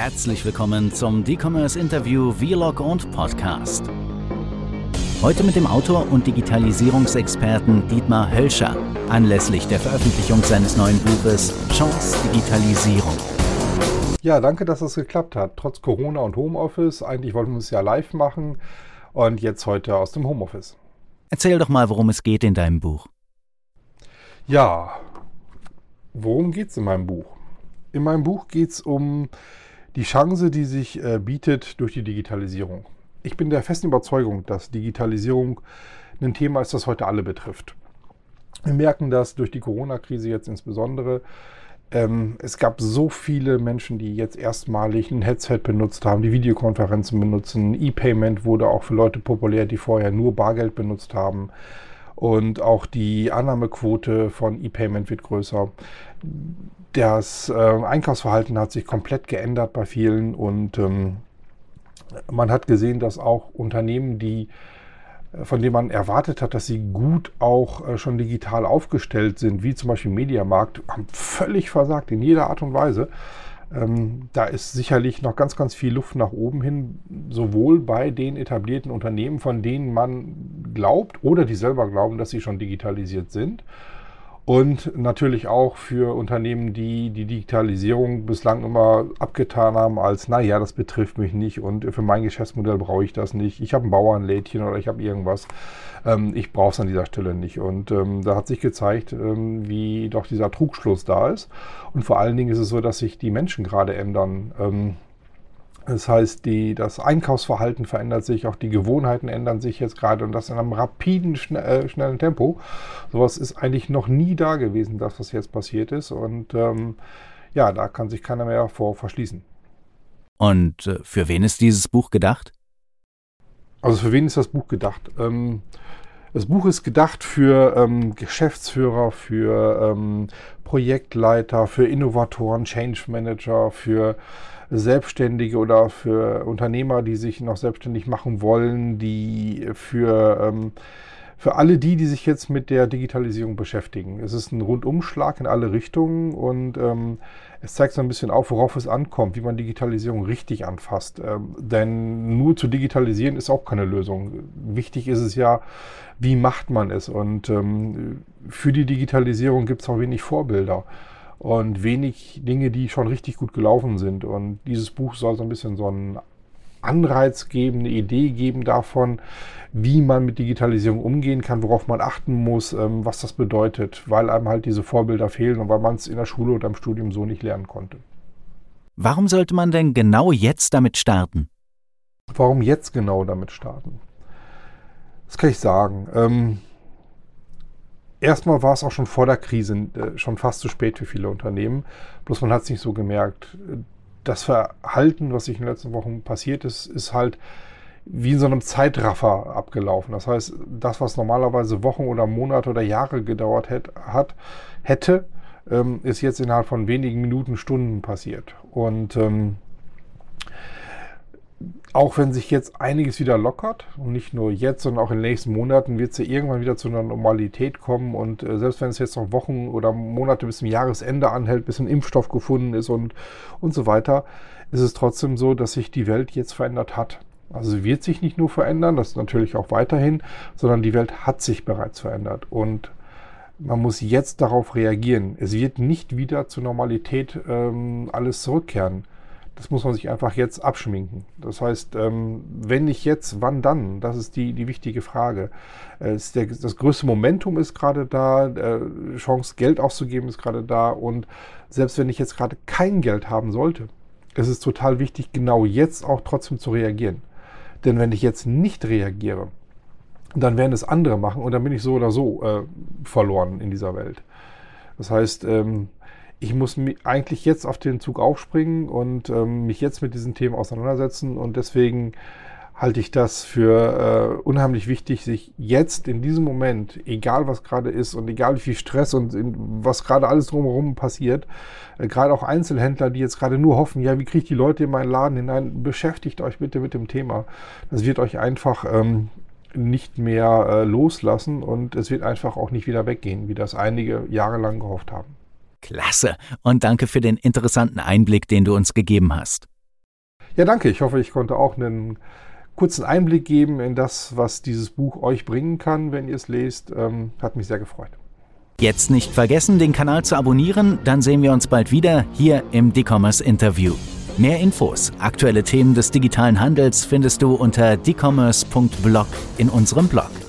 Herzlich willkommen zum D-Commerce Interview Vlog und Podcast. Heute mit dem Autor und Digitalisierungsexperten Dietmar Hölscher anlässlich der Veröffentlichung seines neuen Buches Chance Digitalisierung. Ja, danke, dass es geklappt hat. Trotz Corona und Homeoffice. Eigentlich wollten wir es ja live machen und jetzt heute aus dem Homeoffice. Erzähl doch mal, worum es geht in deinem Buch. Ja, worum geht es in meinem Buch? In meinem Buch geht es um die Chance, die sich bietet durch die Digitalisierung. Ich bin der festen Überzeugung, dass Digitalisierung ein Thema ist, das heute alle betrifft. Wir merken das durch die Corona-Krise jetzt insbesondere. Es gab so viele Menschen, die jetzt erstmalig ein Headset benutzt haben, die Videokonferenzen benutzen. E-Payment wurde auch für Leute populär, die vorher nur Bargeld benutzt haben. Und auch die Annahmequote von E-Payment wird größer. Das Einkaufsverhalten hat sich komplett geändert bei vielen und man hat gesehen, dass auch Unternehmen, von denen man erwartet hat, dass sie gut auch schon digital aufgestellt sind, wie zum Beispiel Mediamarkt, haben völlig versagt in jeder Art und Weise. Da ist sicherlich noch ganz, ganz viel Luft nach oben hin, sowohl bei den etablierten Unternehmen, von denen man glaubt oder die selber glauben, dass sie schon digitalisiert sind. Und natürlich auch für Unternehmen, die die Digitalisierung bislang immer abgetan haben als, naja, das betrifft mich nicht und für mein Geschäftsmodell brauche ich das nicht. Ich habe ein Bauernlädchen oder ich habe irgendwas. Ich brauche es an dieser Stelle nicht. Und da hat sich gezeigt, wie doch dieser Trugschluss da ist. Und vor allen Dingen ist es so, dass sich die Menschen gerade ändern. Das heißt, das Einkaufsverhalten verändert sich, auch die Gewohnheiten ändern sich jetzt gerade und das in einem rapiden, schnellen Tempo. Sowas ist eigentlich noch nie da gewesen, das, was jetzt passiert ist. Und ja, da kann sich keiner mehr vor verschließen. Und für wen ist dieses Buch gedacht? Also für wen ist das Buch gedacht? Das Buch ist gedacht für Geschäftsführer, für Projektleiter, für Innovatoren, Change Manager, für Selbstständige oder für Unternehmer, die sich noch selbstständig machen wollen, für alle die sich jetzt mit der Digitalisierung beschäftigen. Es ist ein Rundumschlag in alle Richtungen und es zeigt so ein bisschen auf, worauf es ankommt, wie man Digitalisierung richtig anfasst. Denn nur zu digitalisieren ist auch keine Lösung. Wichtig ist es ja, wie macht man es? Und für die Digitalisierung gibt es auch wenig Vorbilder und wenig Dinge, die schon richtig gut gelaufen sind. Und dieses Buch soll so ein bisschen so einen Anreiz geben, eine Idee geben davon, wie man mit Digitalisierung umgehen kann, worauf man achten muss, was das bedeutet, weil einem halt diese Vorbilder fehlen und weil man es in der Schule oder im Studium so nicht lernen konnte. Warum sollte man denn genau jetzt damit starten? Warum jetzt genau damit starten? Das kann ich sagen. Erstmal war es auch schon vor der Krise schon fast zu spät für viele Unternehmen. Bloß man hat es nicht so gemerkt. Das Verhalten, was sich in den letzten Wochen passiert ist, ist halt wie in so einem Zeitraffer abgelaufen. Das heißt, das, was normalerweise Wochen oder Monate oder Jahre gedauert hätte, ist jetzt innerhalb von wenigen Minuten, Stunden passiert. Und auch wenn sich jetzt einiges wieder lockert, und nicht nur jetzt, sondern auch in den nächsten Monaten, wird es ja irgendwann wieder zu einer Normalität kommen. Und selbst wenn es jetzt noch Wochen oder Monate bis zum Jahresende anhält, bis ein Impfstoff gefunden ist und so weiter, ist es trotzdem so, dass sich die Welt jetzt verändert hat. Also sie wird sich nicht nur verändern, das natürlich auch weiterhin, sondern die Welt hat sich bereits verändert. Und man muss jetzt darauf reagieren. Es wird nicht wieder zur Normalität alles zurückkehren. Das muss man sich einfach jetzt abschminken. Das heißt, wenn nicht jetzt, wann dann? Das ist die wichtige Frage. Das größte Momentum ist gerade da, Chance, Geld auszugeben ist gerade da. Und selbst wenn ich jetzt gerade kein Geld haben sollte, ist es total wichtig, genau jetzt auch trotzdem zu reagieren. Denn wenn ich jetzt nicht reagiere, dann werden es andere machen und dann bin ich so oder so verloren in dieser Welt. Das heißt, ich muss eigentlich jetzt auf den Zug aufspringen und mich jetzt mit diesen Themen auseinandersetzen. Und deswegen halte ich das für unheimlich wichtig, sich jetzt in diesem Moment, egal was gerade ist und egal wie viel Stress und was gerade alles drumherum passiert, gerade auch Einzelhändler, die jetzt gerade nur hoffen, ja, wie kriege ich die Leute in meinen Laden hinein, beschäftigt euch bitte mit dem Thema. Das wird euch einfach nicht mehr loslassen und es wird einfach auch nicht wieder weggehen, wie das einige Jahre lang gehofft haben. Klasse und danke für den interessanten Einblick, den du uns gegeben hast. Ja, danke. Ich hoffe, ich konnte auch einen kurzen Einblick geben in das, was dieses Buch euch bringen kann, wenn ihr es lest. Hat mich sehr gefreut. Jetzt nicht vergessen, den Kanal zu abonnieren, dann sehen wir uns bald wieder hier im D-Commerce Interview. Mehr Infos, aktuelle Themen des digitalen Handels findest du unter dcommerce.blog in unserem Blog.